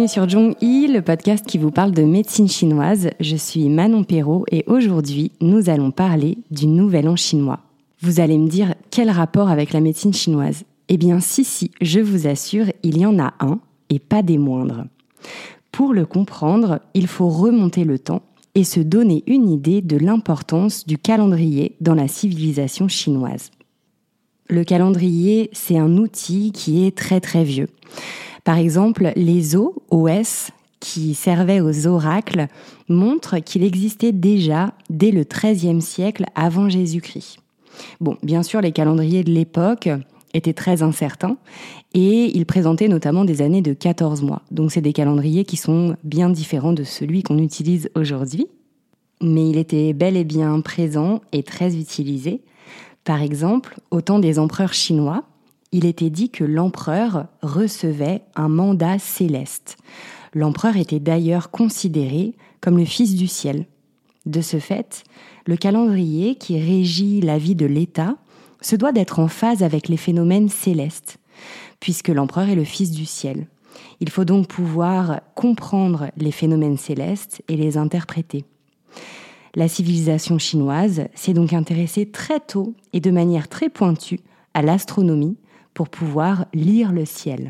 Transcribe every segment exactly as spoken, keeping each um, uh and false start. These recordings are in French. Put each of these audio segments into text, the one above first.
Bienvenue sur Zhongyi, le podcast qui vous parle de médecine chinoise. Je suis Manon Perrault et aujourd'hui, nous allons parler du Nouvel An chinois. Vous allez me dire, quel rapport avec la médecine chinoise ? Eh bien si, si, je vous assure, il y en a un, et pas des moindres. Pour le comprendre, il faut remonter le temps et se donner une idée de l'importance du calendrier dans la civilisation chinoise. Le calendrier, c'est un outil qui est très très vieux. Par exemple, les O, O S, qui servaient aux oracles, montrent qu'il existait déjà dès le treizième siècle avant Jésus-Christ. Bon, bien sûr, les calendriers de l'époque étaient très incertains et ils présentaient notamment des années de quatorze mois. Donc c'est des calendriers qui sont bien différents de celui qu'on utilise aujourd'hui. Mais il était bel et bien présent et très utilisé. Par exemple, au temps des empereurs chinois, il était dit que l'empereur recevait un mandat céleste. L'empereur était d'ailleurs considéré comme le fils du ciel. De ce fait, le calendrier qui régit la vie de l'État se doit d'être en phase avec les phénomènes célestes, puisque l'empereur est le fils du ciel. Il faut donc pouvoir comprendre les phénomènes célestes et les interpréter. La civilisation chinoise s'est donc intéressée très tôt et de manière très pointue à l'astronomie pour pouvoir lire le ciel.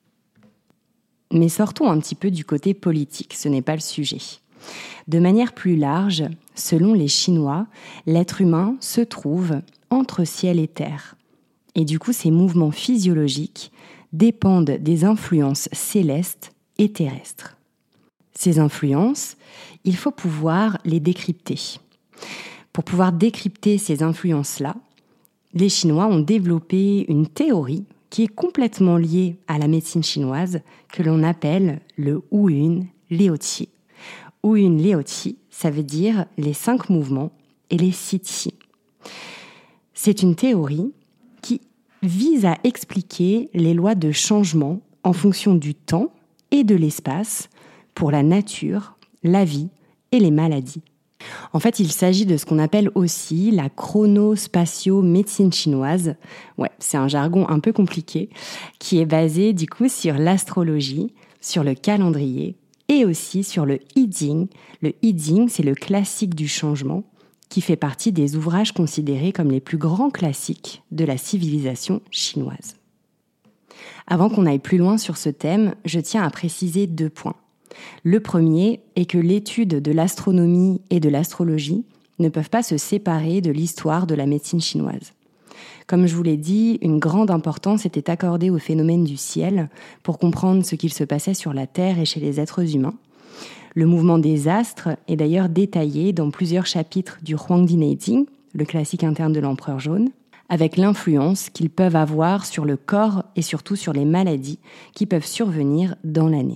Mais sortons un petit peu du côté politique, ce n'est pas le sujet. De manière plus large, selon les Chinois, l'être humain se trouve entre ciel et terre. Et du coup, ces mouvements physiologiques dépendent des influences célestes et terrestres. Ces influences, il faut pouvoir les décrypter. Pour pouvoir décrypter ces influences-là, les Chinois ont développé une théorie qui est complètement liée à la médecine chinoise que l'on appelle le Wuyun Liaoqi. Wuyun Liaoqi, ça veut dire les cinq mouvements et les six qi. C'est une théorie qui vise à expliquer les lois de changement en fonction du temps et de l'espace pour la nature, la vie et les maladies. En fait, il s'agit de ce qu'on appelle aussi la chronospatio-médecine chinoise. Ouais, c'est un jargon un peu compliqué, qui est basé du coup sur l'astrologie, sur le calendrier et aussi sur le I Ching. Le I Ching, c'est le classique du changement, qui fait partie des ouvrages considérés comme les plus grands classiques de la civilisation chinoise. Avant qu'on aille plus loin sur ce thème, je tiens à préciser deux points. Le premier est que l'étude de l'astronomie et de l'astrologie ne peuvent pas se séparer de l'histoire de la médecine chinoise. Comme je vous l'ai dit, une grande importance était accordée au phénomène du ciel pour comprendre ce qu'il se passait sur la Terre et chez les êtres humains. Le mouvement des astres est d'ailleurs détaillé dans plusieurs chapitres du Huangdi Neijing, le classique interne de l'empereur jaune, avec l'influence qu'ils peuvent avoir sur le corps et surtout sur les maladies qui peuvent survenir dans l'année.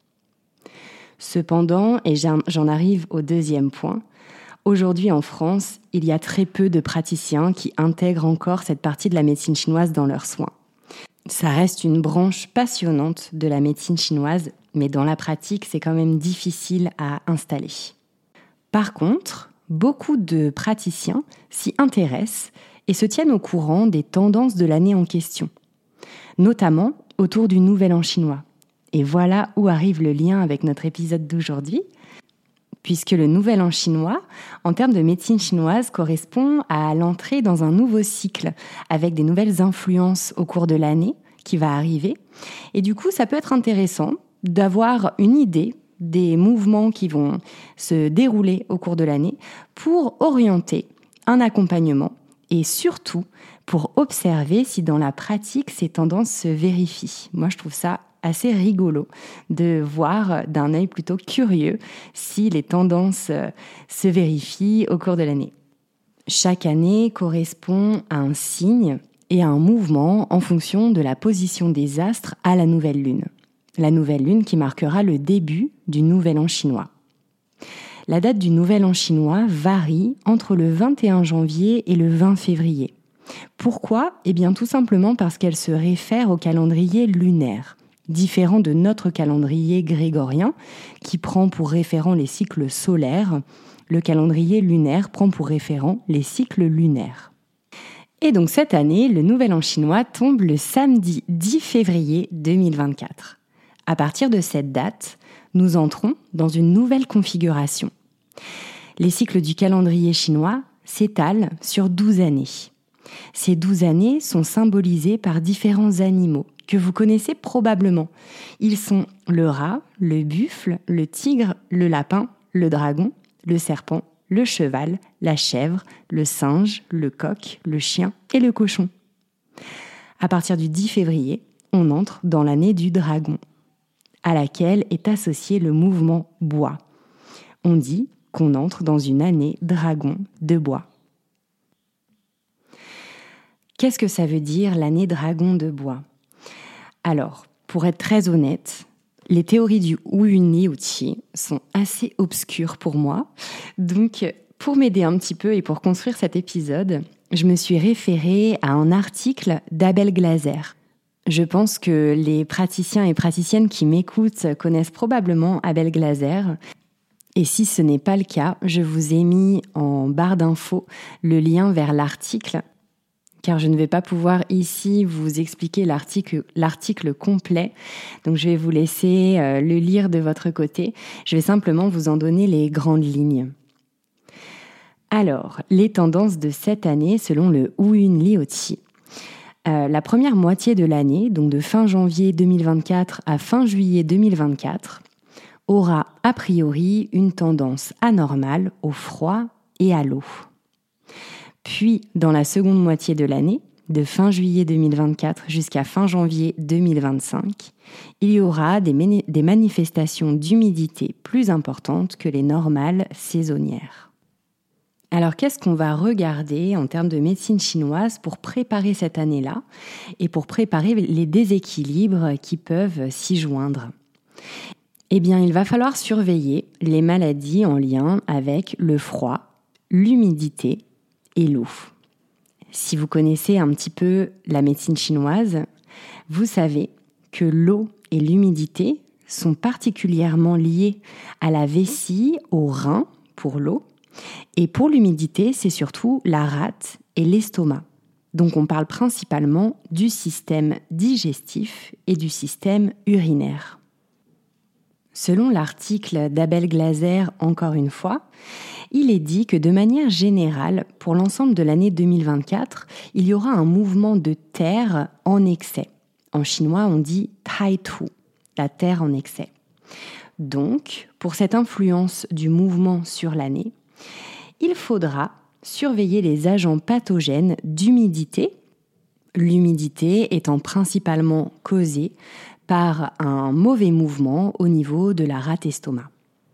Cependant, et j'en arrive au deuxième point, aujourd'hui en France, il y a très peu de praticiens qui intègrent encore cette partie de la médecine chinoise dans leurs soins. Ça reste une branche passionnante de la médecine chinoise, mais dans la pratique, c'est quand même difficile à installer. Par contre, beaucoup de praticiens s'y intéressent et se tiennent au courant des tendances de l'année en question, notamment autour du Nouvel An chinois. Et voilà où arrive le lien avec notre épisode d'aujourd'hui, puisque le Nouvel An chinois, en termes de médecine chinoise, correspond à l'entrée dans un nouveau cycle, avec des nouvelles influences au cours de l'année qui va arriver. Et du coup, ça peut être intéressant d'avoir une idée des mouvements qui vont se dérouler au cours de l'année pour orienter un accompagnement et surtout pour observer si dans la pratique, ces tendances se vérifient. Moi, je trouve ça assez rigolo de voir d'un œil plutôt curieux si les tendances se vérifient au cours de l'année. Chaque année correspond à un signe et à un mouvement en fonction de la position des astres à la nouvelle lune. La nouvelle lune qui marquera le début du Nouvel An chinois. La date du Nouvel An chinois varie entre le vingt et un janvier et le vingt février. Pourquoi ? Eh bien tout simplement parce qu'elle se réfère au calendrier lunaire, différent de notre calendrier grégorien qui prend pour référent les cycles solaires. Le calendrier lunaire prend pour référent les cycles lunaires. Et donc cette année, le Nouvel An chinois tombe le samedi dix février deux mille vingt-quatre. À partir de cette date, nous entrons dans une nouvelle configuration. Les cycles du calendrier chinois s'étalent sur douze années. Ces douze années sont symbolisées par différents animaux que vous connaissez probablement. Ils sont le rat, le buffle, le tigre, le lapin, le dragon, le serpent, le cheval, la chèvre, le singe, le coq, le chien et le cochon. À partir du dix février, on entre dans l'année du dragon, à laquelle est associé le mouvement bois. On dit qu'on entre dans une année dragon de bois. Qu'est-ce que ça veut dire l'année dragon de bois ? Alors, pour être très honnête, les théories du Wu-Yun Li-Wu-Qi sont assez obscures pour moi. Donc, pour m'aider un petit peu et pour construire cet épisode, je me suis référée à un article d'Abel Glaser. Je pense que les praticiens et praticiennes qui m'écoutent connaissent probablement Abel Glaser. Et si ce n'est pas le cas, je vous ai mis en barre d'infos le lien vers l'article, car je ne vais pas pouvoir ici vous expliquer l'article, l'article complet. Donc je vais vous laisser euh, le lire de votre côté. Je vais simplement vous en donner les grandes lignes. Alors, les tendances de cette année selon le Wu-Yun Li-Wu-Qi. Euh, la première moitié de l'année, donc de fin janvier deux mille vingt-quatre à fin juillet deux mille vingt-quatre, aura a priori une tendance anormale au froid et à l'eau. Puis, dans la seconde moitié de l'année, de fin juillet deux mille vingt-quatre jusqu'à fin janvier deux mille vingt-cinq, il y aura des, mani- des manifestations d'humidité plus importantes que les normales saisonnières. Alors, qu'est-ce qu'on va regarder en termes de médecine chinoise pour préparer cette année-là et pour préparer les déséquilibres qui peuvent s'y joindre ? Eh bien, il va falloir surveiller les maladies en lien avec le froid, l'humidité et l'eau. Si vous connaissez un petit peu la médecine chinoise, vous savez que l'eau et l'humidité sont particulièrement liées à la vessie, au rein pour l'eau, et pour l'humidité, c'est surtout la rate et l'estomac. Donc on parle principalement du système digestif et du système urinaire. Selon l'article d'Abel Glaser, encore une fois, il est dit que de manière générale, pour l'ensemble de l'année deux mille vingt-quatre, il y aura un mouvement de terre en excès. En chinois, on dit tai tu, la terre en excès. Donc, pour cette influence du mouvement sur l'année, il faudra surveiller les agents pathogènes d'humidité, l'humidité étant principalement causée par un mauvais mouvement au niveau de la rate estomac.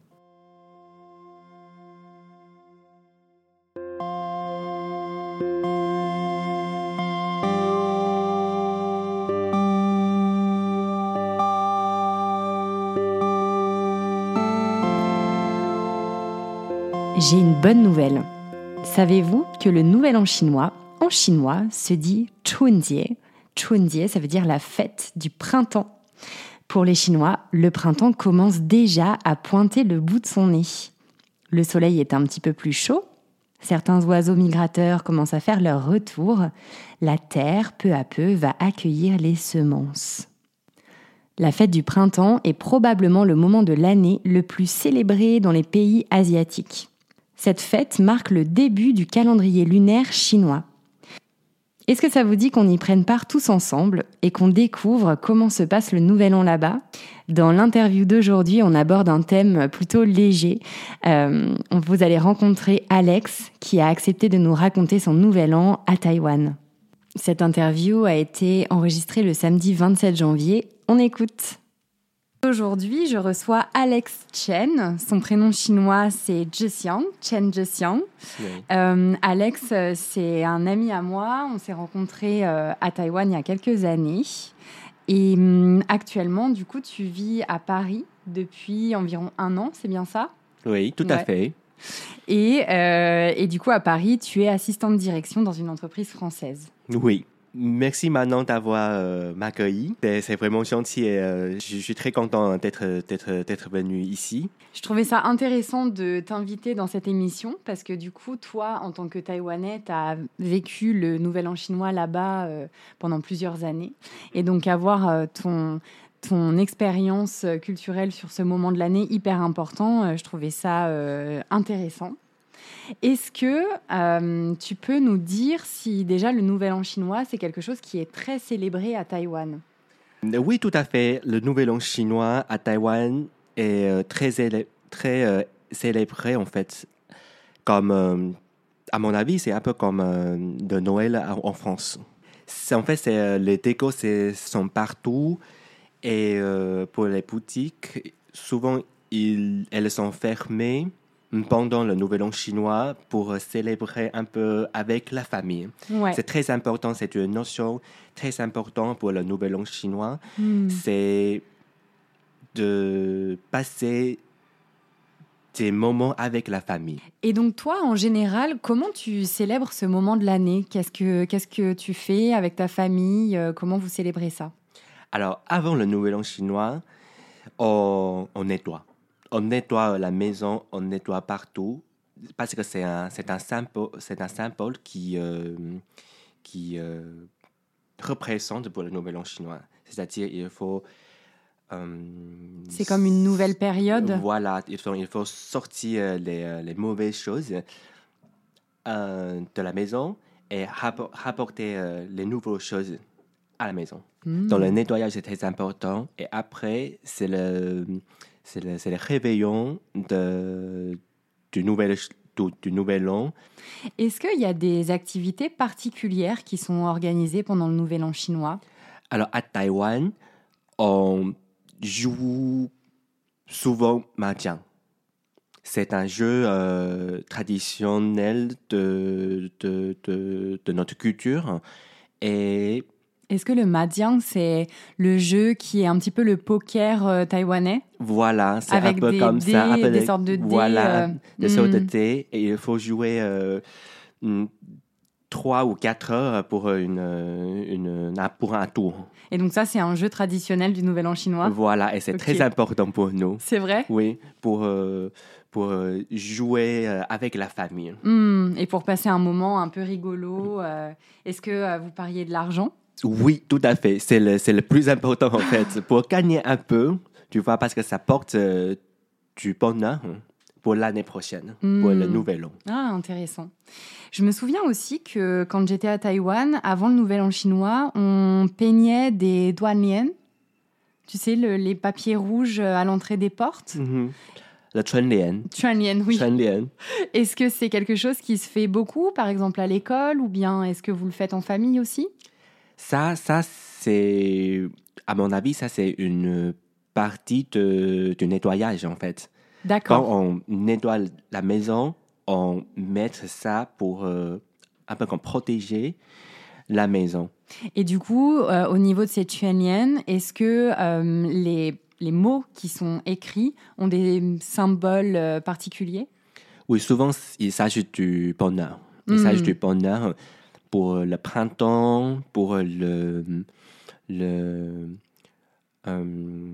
J'ai une bonne nouvelle. Savez-vous que le nouvel an chinois, en chinois, se dit Chunjie. Chunjie, ça veut dire la fête du printemps. Pour les Chinois, le printemps commence déjà à pointer le bout de son nez. Le soleil est un petit peu plus chaud. Certains oiseaux migrateurs commencent à faire leur retour. La terre, peu à peu, va accueillir les semences. La fête du printemps est probablement le moment de l'année le plus célébré dans les pays asiatiques. Cette fête marque le début du calendrier lunaire chinois. Est-ce que ça vous dit qu'on y prenne part tous ensemble et qu'on découvre comment se passe le nouvel an là-bas ? Dans l'interview d'aujourd'hui, on aborde un thème plutôt léger. Euh, vous allez rencontrer Alex qui a accepté de nous raconter son nouvel an à Taïwan. Cette interview a été enregistrée le samedi vingt-sept janvier. On écoute. Aujourd'hui, je reçois Alex Chen. Son prénom chinois, c'est Zhixiang, Chen Zhixiang. Oui. Euh, Alex, c'est un ami à moi. On s'est rencontrés euh, à Taïwan il y a quelques années. Et euh, actuellement, du coup, tu vis à Paris depuis environ un an, c'est bien ça ? Oui, tout ouais. à fait. Et, euh, et du coup, à Paris, tu es assistante de direction dans une entreprise française. Oui. Merci Manon d'avoir euh, m'accueilli. C'est, c'est vraiment gentil et euh, je, je suis très content d'être, d'être, d'être venu ici. Je trouvais ça intéressant de t'inviter dans cette émission parce que du coup, toi, en tant que Taïwanais, tu as vécu le Nouvel An chinois là-bas euh, pendant plusieurs années. Et donc, avoir euh, ton, ton expérience culturelle sur ce moment de l'année hyper important. Je trouvais ça euh, intéressant. Est-ce que euh, tu peux nous dire si déjà le Nouvel An chinois, c'est quelque chose qui est très célébré à Taïwan? Oui, tout à fait. Le Nouvel An chinois à Taïwan est euh, très, élé- très euh, célébré, en fait. Comme, euh, à mon avis, c'est un peu comme euh, de Noël en, en France. C'est, en fait, c'est, euh, les décos c'est, sont partout. Et euh, pour les boutiques, souvent, ils, elles sont fermées pendant le Nouvel An chinois pour célébrer un peu avec la famille. Ouais. C'est très important, c'est une notion très importante pour le Nouvel An chinois. Mm. C'est de passer des moments avec la famille. Et donc toi, en général, comment tu célèbres ce moment de l'année? Qu'est-ce que, qu'est-ce que tu fais avec ta famille? Euh, Comment vous célébrez ça? Alors, avant le Nouvel An chinois, on, on nettoie. On nettoie la maison, on nettoie partout, parce que c'est un, c'est un symbole, c'est un symbole qui, euh, qui euh, représente pour le Nouvel An chinois. C'est-à-dire, il faut... euh, C'est comme une nouvelle période? Voilà, il faut, il faut sortir les, les mauvaises choses euh, de la maison et rappor- rapporter euh, les nouvelles choses à la maison. Mm. Donc, le nettoyage est très important. Et après, c'est le, c'est le, c'est le réveillon de, du, nouvel, du, du nouvel an. Est-ce qu'il y a des activités particulières qui sont organisées pendant le Nouvel An chinois? Alors, à Taïwan, on joue souvent mahjong. C'est un jeu euh, traditionnel de, de, de, de notre culture. Et Est-ce que le mahjong, c'est le jeu qui est un petit peu le poker euh, taïwanais? voilà, c'est un Avec peu des comme dés, ça. Un peu des de- sortes de dés, Voilà, euh, des sortes de hmm. dés. Et il faut jouer euh, mm, trois ou quatre heures pour, une, une, une- pour un tour. Et donc ça, c'est un jeu traditionnel du Nouvel An chinois? Voilà, et c'est Ok. très important pour nous. C'est vrai? Oui, pour, euh, pour euh, jouer euh, avec la famille. Hmm. Et pour passer un moment un peu rigolo, euh, est-ce que euh, vous pariez de l'argent? Oui, tout à fait. C'est le, c'est le plus important en fait. Pour gagner un peu, tu vois, parce que ça porte euh, du bonheur pour l'année prochaine, Hmm. pour le nouvel an. Ah, intéressant. Je me souviens aussi que quand j'étais à Taïwan, avant le Nouvel An chinois, on peignait des douan lian. Tu sais, le- les papiers rouges à l'entrée des portes. Mhm. Le Chuan Lian. Chuan lian, oui. Chuan Lian. Est-ce que c'est quelque chose qui se fait beaucoup, par exemple à l'école, ou bien est-ce que vous le faites en famille aussi? Ça, ça c'est, à mon avis, ça c'est une partie de, du nettoyage en fait. Quand D'accord. on nettoie la maison, on met ça pour euh, un peu comme protéger la maison. Et du coup, euh, au niveau de ces chuan lian, est-ce que euh, les, les mots qui sont écrits ont des symboles euh, particuliers? Oui, souvent il s'agit du bonheur. Il Mm. s'agit du bonheur pour le printemps, pour le, le euh,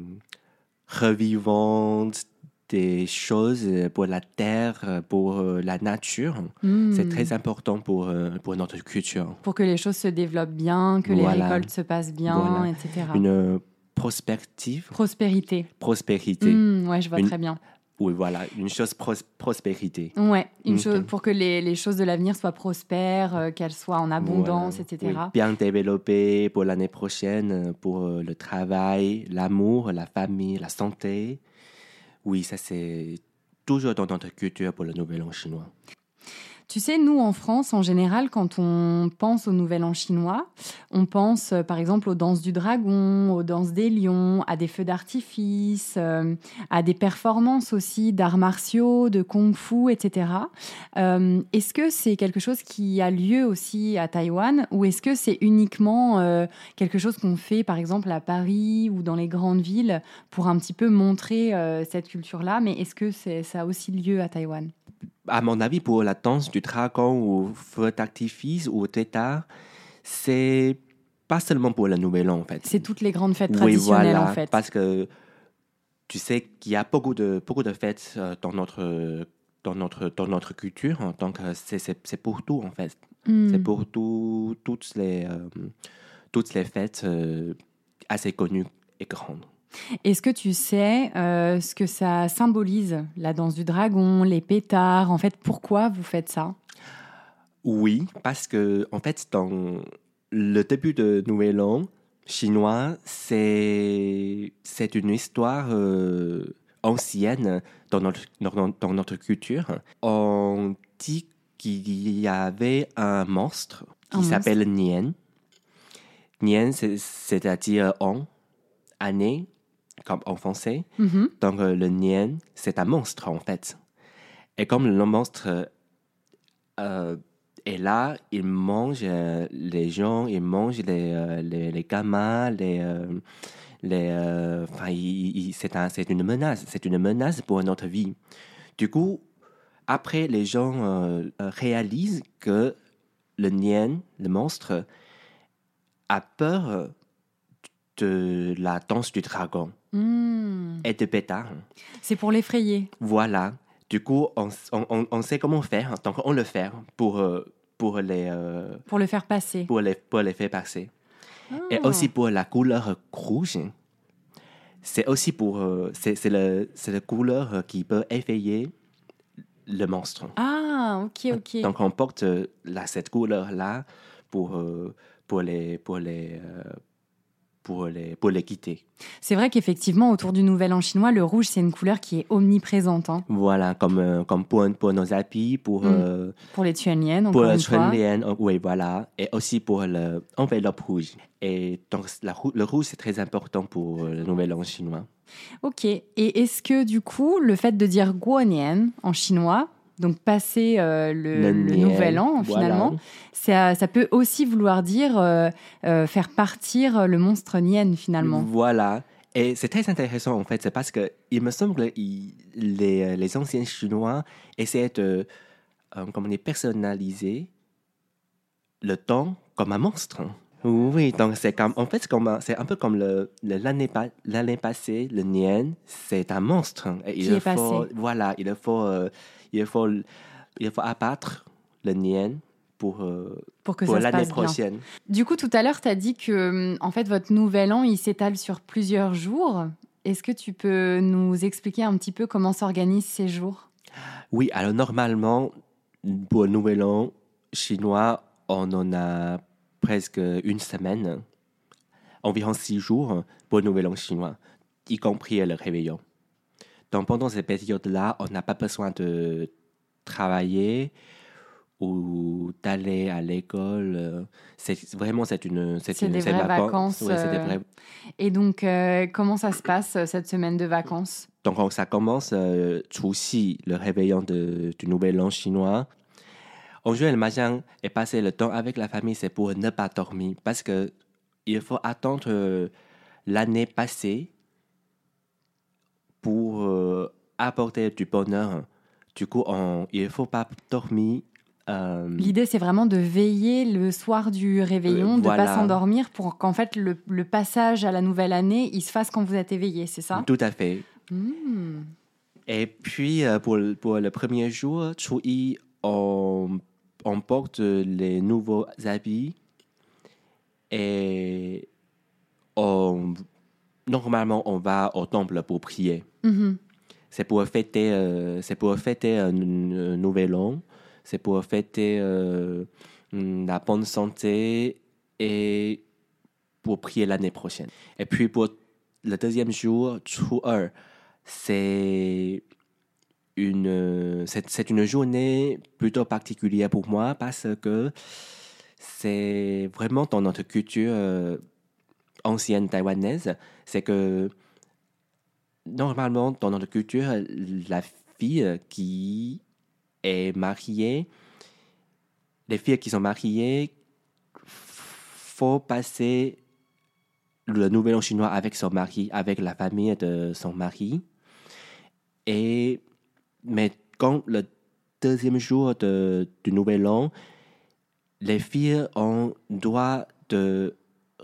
revivant des choses pour la terre, pour la nature. Mm. C'est très important pour, pour notre culture. Pour que les choses se développent bien, que les Voilà. récoltes se passent bien, Voilà. et cetera. Une prospective, Prospérité. prospérité. Mm, ouais, je vois Une- très bien. Oui, voilà, une chose pros- prospérité. Ouais, une Ok. chose pour que les, les choses de l'avenir soient prospères, euh, qu'elles soient en abondance, Voilà. et cetera. Oui, bien développé pour l'année prochaine, pour euh, le travail, l'amour, la famille, la santé. Oui, ça c'est toujours dans notre culture pour le Nouvel An chinois. Tu sais, nous, en France, en général, quand on pense au Nouvel An chinois, on pense, euh, par exemple, aux danses du dragon, aux danses des lions, à des feux d'artifice, euh, à des performances aussi d'arts martiaux, de kung-fu, et cetera. Euh, est-ce que c'est quelque chose qui a lieu aussi à Taïwan ou est-ce que c'est uniquement euh, quelque chose qu'on fait, par exemple, à Paris ou dans les grandes villes pour un petit peu montrer euh, cette culture-là, mais est-ce que c'est, ça a aussi lieu à Taïwan? À mon avis, pour la danse du dragon ou feu d'artifice ou tétard, c'est pas seulement pour le Nouvel An en fait. C'est toutes les grandes fêtes Oui, traditionnelles, voilà, en fait. parce que tu sais qu'il y a beaucoup de, beaucoup de fêtes euh, dans notre, dans notre, dans notre culture, hein. Donc euh, c'est, c'est, c'est pour tout en fait. Mm. C'est pour tout, toutes, les, euh, toutes les fêtes euh, assez connues et grandes. Est-ce que tu sais euh, ce que ça symbolise, la danse du dragon, les pétards? En fait, pourquoi vous faites ça? Oui, parce que en fait, dans le début de Nouvel An chinois, c'est c'est une histoire euh, ancienne dans notre dans, dans notre culture. On dit qu'il y avait un monstre Un qui monstre. s'appelle Nian. Nian, c'est, c'est-à-dire an, année, comme en français. Mhm. Donc euh, le Nian, c'est un monstre en fait. Et comme le monstre euh, est là, il mange euh, les gens, il mange les, euh, les, les gamins, les, euh, les, euh, enfin, il- il- c'est, un, c'est une menace, c'est une menace pour notre vie. Du coup, après, les gens euh, réalisent que le Nian, le monstre, a peur de la danse du dragon Mmh. et de pétard. C'est pour l'effrayer. Voilà. Du coup, on, on, on sait comment faire. Donc, on le fait pour, euh, pour, les, euh, Pour le faire passer. pour, les, pour les faire passer. Ah. Et aussi pour la couleur rouge. C'est aussi pour... euh, c'est, c'est, le, c'est la couleur qui peut effrayer le monstre. Ah, ok, ok. Donc, on porte euh, la, cette couleur-là pour, euh, pour, les, pour, les, euh, pour, les, pour les quitter. C'est vrai qu'effectivement, autour du Nouvel An chinois, le rouge, c'est une couleur qui est omniprésente. Hein. Voilà, comme, euh, comme pour, pour nos habits, pour, Mm. euh, Pour les Tuanlian, pour encore le une fois. Chunlian, euh, oui, voilà. Et aussi pour l'enveloppe rouge. Et donc, la, rou- le rouge, c'est très important pour euh, le Nouvel An chinois. Ok. Et est-ce que, du coup, le fait de dire Guonian en chinois, donc passer euh, le, Le le Nian, Nouvel An, voilà. finalement, ça, ça peut aussi vouloir dire euh, euh, faire partir le monstre Nian, finalement. Voilà. Et c'est très intéressant, en fait, c'est parce que il me semble que il- les, les anciens Chinois essaient de euh, comment dire, personnaliser le temps comme un monstre. Oui, donc c'est comme, en fait, c'est, comme un, c'est un peu comme le, le- l'année, pa- l'année passée, le Nian, c'est un monstre. Et Qui il est faut, passé. Voilà, il faut, euh, il faut, il faut abattre le Nian pour, euh, Pour que pour ça se l'année passe bien. prochaine. Du coup, tout à l'heure, tu as dit que, en fait, votre Nouvel An, il s'étale sur plusieurs jours. Est-ce que tu peux nous expliquer un petit peu comment s'organisent ces jours? Oui, alors normalement, pour le Nouvel An chinois, on en a presque une semaine, environ six jours pour le Nouvel An chinois, y compris le réveillon. Donc pendant cette période-là, on n'a pas besoin de travailler ou d'aller à l'école. C'est vraiment c'est une c'est, C'est une des c'est vraies vacances. vacances. Oui, c'est des euh, vraies. Et donc, euh, comment ça se passe, euh, cette semaine de vacances? Donc on- ça commence euh, Chuxi, le réveillon de, du Nouvel An chinois. On joue le matin et passer le temps avec la famille, c'est pour ne pas dormir. Parce que il faut attendre euh, l'année passée pour euh, apporter du bonheur. Du coup, on, il ne faut pas dormir. euh, L'idée, c'est vraiment de veiller le soir du réveillon, Euh, de ne voilà. pas s'endormir pour qu'en fait, le, le passage à la nouvelle année, il se fasse quand vous êtes éveillé, c'est ça? Tout à fait. Mmh. Et puis, euh, pour, le- pour le premier jour, Chuyi, on, on porte les nouveaux habits et on, normalement, on va au temple pour prier. Mhm. C'est pour fêter, euh, c'est pour fêter un, un nouvel an, c'est pour fêter euh, la bonne santé et pour prier l'année prochaine. Et puis pour le deuxième jour, Chuer, c'est une, c'est, c'est une journée plutôt particulière pour moi parce que c'est vraiment dans notre culture euh, ancienne taïwanaise, c'est que normalement, dans notre culture, la fille qui est mariée, les filles qui sont mariées, faut passer le nouvel an chinois avec son mari, avec la famille de son mari. Et, mais quand le deuxième jour de, du nouvel an, les filles ont droit de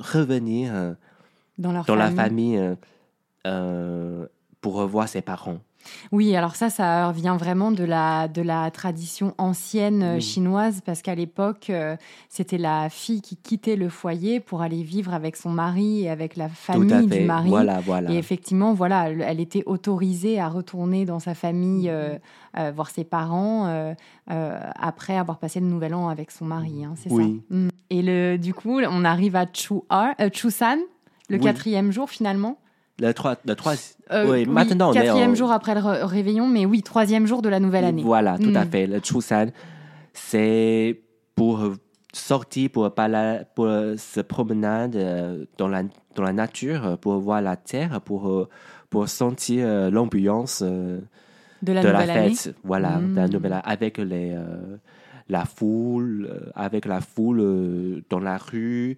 revenir Dans leur dans famille. la famille euh, pour revoir ses parents. Oui, alors ça, ça vient vraiment de la, de la tradition ancienne euh, Mm. chinoise, parce qu'à l'époque, euh, c'était la fille qui quittait le foyer pour aller vivre avec son mari et avec la Tout à famille du fait. mari. Voilà, Et voilà. effectivement, voilà, elle, elle était autorisée à retourner dans sa famille, euh, euh, voir ses parents, euh, euh, après avoir passé le nouvel an avec son mari, hein, c'est Oui. ça. Mm. Et le, du coup, on arrive à Chu'er, euh, Chusan, le Oui. quatrième jour finalement. Le trois, le trois, Euh, oui, oui, maintenant on est quatrième en... jour après le ré- réveillon, mais oui, troisième jour de la nouvelle année. Voilà, tout à Mm. fait. Le Chusan, c'est pour sortir, pour, bala- pour se promener euh, dans la, dans la nature, pour voir la terre, pour, euh, pour sentir euh, l'ambiance euh, De la de la nouvelle année. fête. Voilà, Mm. de la nouvelle année, avec les, euh, la foule, euh, avec la foule euh, dans la rue.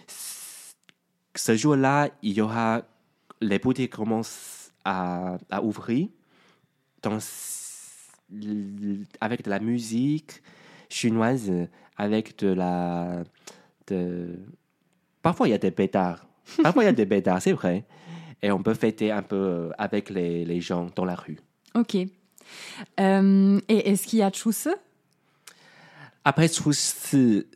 Ce jour-là, il y aura les boutiques commencent à, à ouvrir dans, avec de la musique chinoise, avec de la... De... Parfois, il y a des pétards. Parfois, il y a des pétards, c'est vrai. Et on peut fêter un peu avec les, les gens dans la rue. Ok. Euh, et est-ce qu'il y a Chusse? Après, Chuss,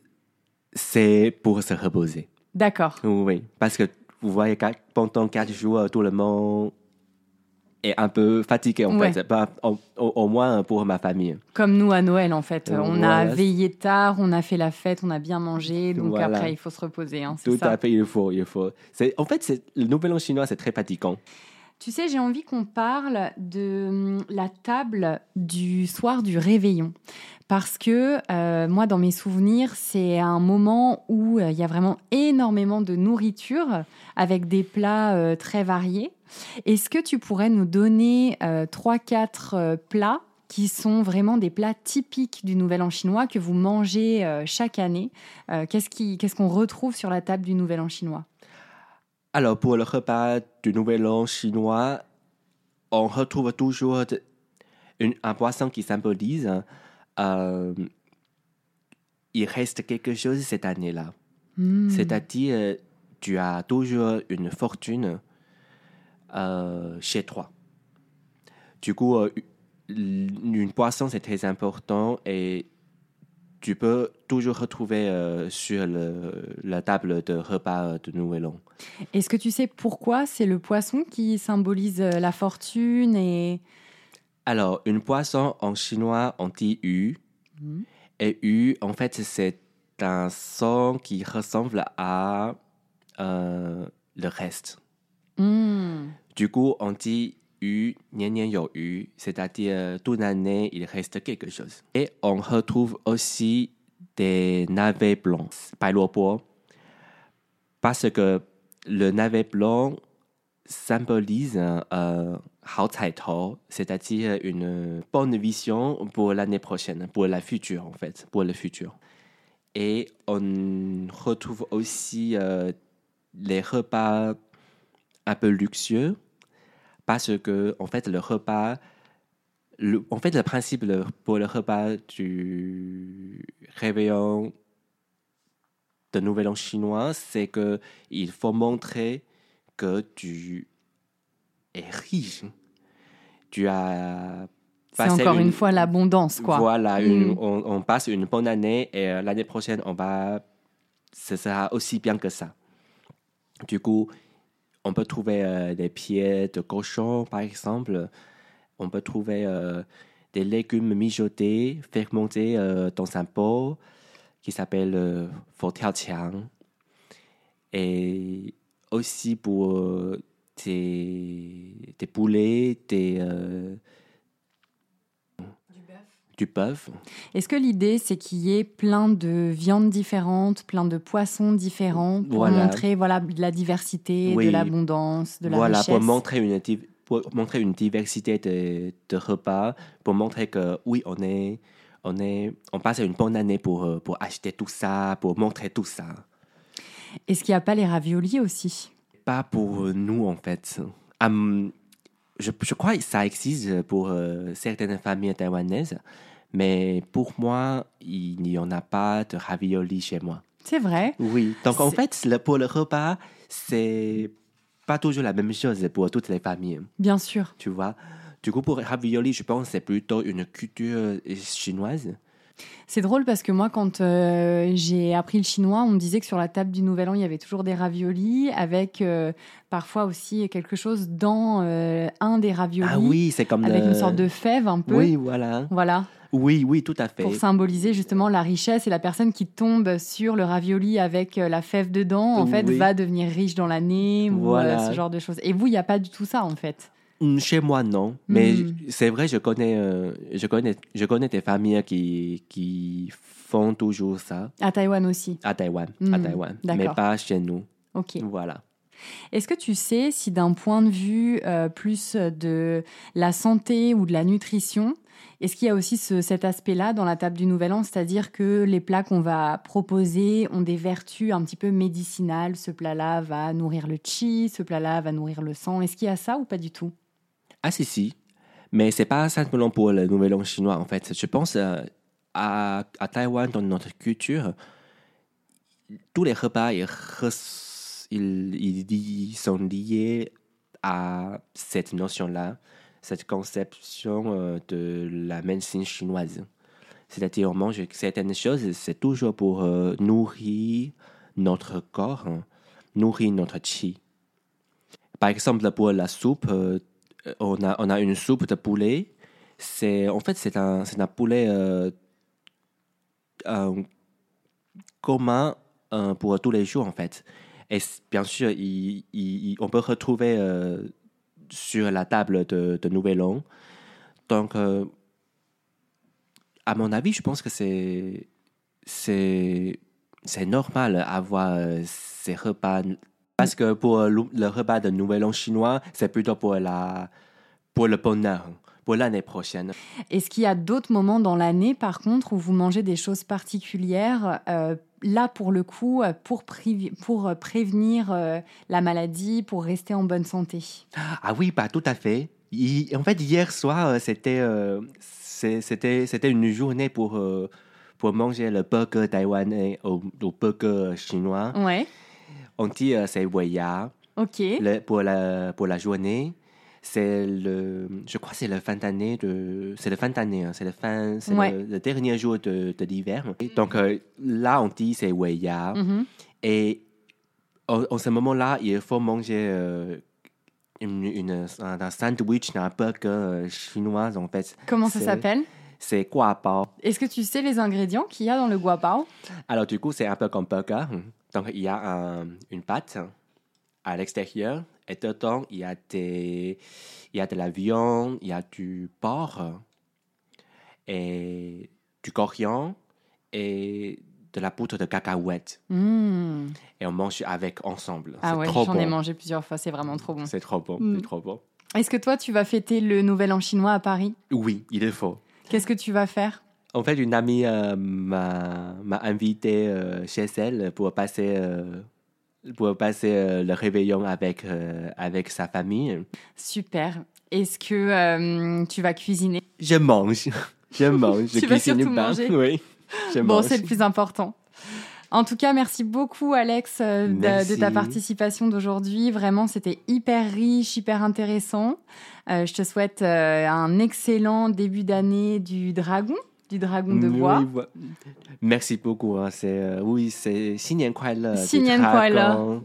c'est pour se reposer. D'accord. Oui, parce que vous voyez, pendant quatre jours, tout le monde est un peu fatigué, en Ouais. fait. Pas, au, au, au moins pour ma famille. Comme nous à Noël, en fait. Euh, On voilà. a veillé tard, on a fait la fête, on a bien mangé, donc Voilà. après, il faut se reposer, hein, c'est Tout ça. à fait, il faut. Il faut. C'est, en fait, c'est, le Nouvel An chinois, c'est très fatigant. Tu sais, j'ai envie qu'on parle de hum, la table du soir du réveillon. Parce que euh, moi, dans mes souvenirs, c'est un moment où euh, il y a vraiment énormément de nourriture avec des plats euh, très variés. Est-ce que tu pourrais nous donner euh, trois, quatre euh, plats qui sont vraiment des plats typiques du Nouvel An chinois que vous mangez euh, chaque année? euh, qu'est-ce, qui, qu'est-ce qu'on retrouve sur la table du Nouvel An chinois? Alors, pour le repas du Nouvel An chinois, on retrouve toujours de, une, un poisson qui symbolise euh, il reste quelque chose cette année-là. Mmh. C'est-à-dire, tu as toujours une fortune euh, chez toi. Du coup, euh, une poisson, c'est très important et tu peux toujours retrouver euh, sur le, la table de repas de Nouvel An. Est-ce que tu sais pourquoi c'est le poisson qui symbolise la fortune et... Alors, une poisson en chinois, on dit yu. Mmh. Et yu, en fait, c'est un son qui ressemble à euh, le reste. Mmh. Du coup, on dit yu, nian nian you yu, c'est-à-dire toute l'année, il reste quelque chose. Et on retrouve aussi des navets blancs, bai luo bo, parce que le navet blanc symbolise euh, hao cai tou, c'est-à-dire une bonne vision pour l'année prochaine, pour la future en fait, pour le futur. Et on retrouve aussi euh, les repas un peu luxueux, parce que en fait le repas, le, en fait le principe le, pour le repas du réveillon de Nouvel An chinois, c'est que il faut montrer que tu es riche. Tu as C'est encore une, une fois l'abondance, quoi. Voilà, une, mm. on, on passe une bonne année et euh, l'année prochaine, on va, ce sera aussi bien que ça. Du coup, on peut trouver euh, des pieds de cochon, par exemple. On peut trouver euh, des légumes mijotés, fermentés euh, dans un pot qui s'appelle euh, Fo Tiao Qiang. Et aussi pour euh, des, des poulets, des, euh, du bœuf. Du bœuf. Est-ce que l'idée, c'est qu'il y ait plein de viandes différentes, plein de poissons différents pour voilà. montrer voilà, de la diversité, oui. de l'abondance, de la voilà, richesse? Pour montrer une, pour montrer une diversité de, de repas, pour montrer que oui, on est... On, est, on passe une bonne année pour, pour acheter tout ça, pour montrer tout ça. Est-ce qu'il n'y a pas les raviolis aussi? Pas pour nous, en fait. Um, je, je crois que ça existe pour euh, certaines familles taïwanaises, mais pour moi, il n'y en a pas de raviolis chez moi. C'est vrai? Oui. Donc, en fait, le, pour le repas, c'est pas toujours la même chose pour toutes les familles. Bien sûr. Tu vois? Du coup, pour ravioli, je pense que c'est plutôt une culture chinoise. C'est drôle parce que moi, quand euh, j'ai appris le chinois, on me disait que sur la table du Nouvel An, il y avait toujours des raviolis avec euh, parfois aussi quelque chose dans euh, un des raviolis. Ah oui, c'est comme avec le... une sorte de fève un peu. Oui, voilà. Voilà. Oui, oui, tout à fait. Pour symboliser justement la richesse et la personne qui tombe sur le ravioli avec la fève dedans, en fait, oui. va devenir riche dans l'année voilà. ou euh, ce genre de choses. Et vous, il n'y a pas du tout ça, en fait. Chez moi, non. Mais Mm. c'est vrai, je connais, euh, je connais, je connais des familles qui, qui font toujours ça. À Taïwan aussi. À Taïwan, Mm. à Taïwan. Mais pas chez nous. Ok. Voilà. Est-ce que tu sais si d'un point de vue euh, plus de la santé ou de la nutrition, est-ce qu'il y a aussi ce, cet aspect-là dans la table du Nouvel An, c'est-à-dire que les plats qu'on va proposer ont des vertus un petit peu médicinales, ce plat-là va nourrir le qi, ce plat-là va nourrir le sang, est-ce qu'il y a ça ou pas du tout? Ah si, si. Mais c'est pas simplement pour le Nouvel An chinois, en fait. Je pense euh, à, à Taïwan, dans notre culture, tous les repas, ils, ils, ils sont liés à cette notion-là, cette conception euh, de la médecine chinoise. C'est-à-dire, on mange certaines choses, c'est toujours pour euh, nourrir notre corps, hein, nourrir notre qi. Par exemple, pour la soupe, euh, on, a, on a une soupe de poulet. C'est, en fait, c'est un, c'est un poulet euh, euh, commun euh, pour tous les jours, en fait. Et bien sûr, il, il, on peut retrouver euh, sur la table de, de Nouvel An. Donc, euh, à mon avis, je pense que c'est, c'est, c'est normal d'avoir euh, ces repas. Parce que pour le, le repas de Nouvel An chinois, c'est plutôt pour, la, pour le bonheur, pour l'année prochaine. Est-ce qu'il y a d'autres moments dans l'année, par contre, où vous mangez des choses particulières, euh, là, pour le coup, pour, pré- pour prévenir euh, la maladie, pour rester en bonne santé? Ah oui, bah, tout à fait. Il, en fait, hier soir, c'était, euh, c'est, c'était, c'était une journée pour, euh, pour manger le burger taïwanais au, au burger chinois. Ouais. On dit euh, c'est Weya. Ok. Le, pour, la, pour la journée. C'est le, je crois que c'est le fin d'année de, c'est le fin d'année, hein, c'est le fin, c'est ouais. le, le dernier jour de, de l'hiver. Donc euh, là, on dit c'est Weya. Mm-hmm. Et en, en ce moment-là, il faut manger euh, une, une, un, un sandwich, un burger chinois en fait. Comment c'est, ça s'appelle? C'est guapao. Est-ce que tu sais les ingrédients qu'il y a dans le guapao? Alors du coup, c'est un peu comme burger. Donc il y a un, une pâte à l'extérieur. Et dedans, il y a des, il y a de la viande, il y a du porc et du coriandre et de la poudre de cacahuète. Mmh. Et on mange avec ensemble. Ah c'est ouais, trop j'en bon. ai mangé plusieurs fois, c'est vraiment trop bon. C'est trop bon, mmh. c'est trop bon. Est-ce que toi, tu vas fêter le Nouvel An chinois à Paris? Oui, il est faut. Qu'est-ce que tu vas faire? En fait, une amie euh, m'a, m'a invité euh, chez elle pour passer... Euh, pour passer euh, le réveillon avec, euh, avec sa famille. Super. Est-ce que euh, tu vas cuisiner? Je mange. Je mange. Je tu vas surtout pas. manger? Oui, je bon, mange. c'est le plus important. En tout cas, merci beaucoup, Alex, euh, de, de ta participation d'aujourd'hui. Vraiment, c'était hyper riche, hyper intéressant. Euh, je te souhaite euh, un excellent début d'année du dragon. Du dragon de bois. Oui, merci beaucoup. Hein. C'est, euh, oui, c'est 新年快乐. 新年快乐.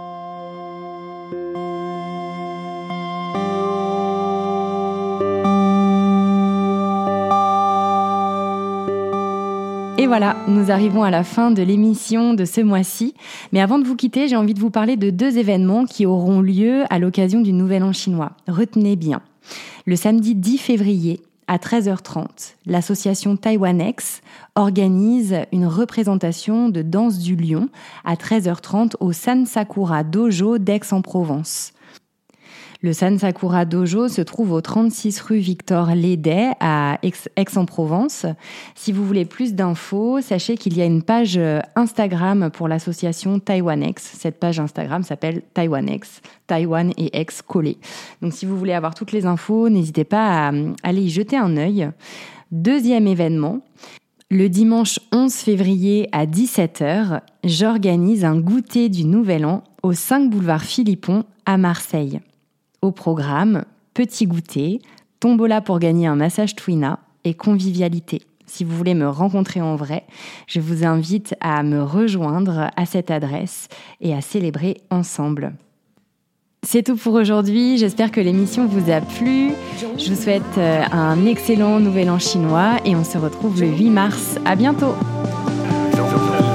Et voilà, nous arrivons à la fin de l'émission de ce mois-ci. Mais avant de vous quitter, j'ai envie de vous parler de deux événements qui auront lieu à l'occasion du Nouvel An chinois. Retenez bien. Le samedi dix février, à treize heures trente, l'association Taiwanex organise une représentation de danse du lion à treize heures trente au San Sakura Dojo d'Aix-en-Provence. Le San Sakura Dojo se trouve au trente-six rue Victor Lédet à Aix-en-Provence. Si vous voulez plus d'infos, sachez qu'il y a une page Instagram pour l'association Taiwanex. Cette page Instagram s'appelle Taiwanex, Taïwan et Aix collés. Donc si vous voulez avoir toutes les infos, n'hésitez pas à aller y jeter un œil. Deuxième événement, le dimanche onze février à dix-sept heures, j'organise un goûter du Nouvel An au cinq boulevard Philippon à Marseille. Au programme, petit goûter, tombola pour gagner un massage Twina et convivialité. Si vous voulez me rencontrer en vrai, je vous invite à me rejoindre à cette adresse et à célébrer ensemble. C'est tout pour aujourd'hui, j'espère que l'émission vous a plu. Je vous souhaite un excellent Nouvel An chinois et on se retrouve le huit mars. À bientôt.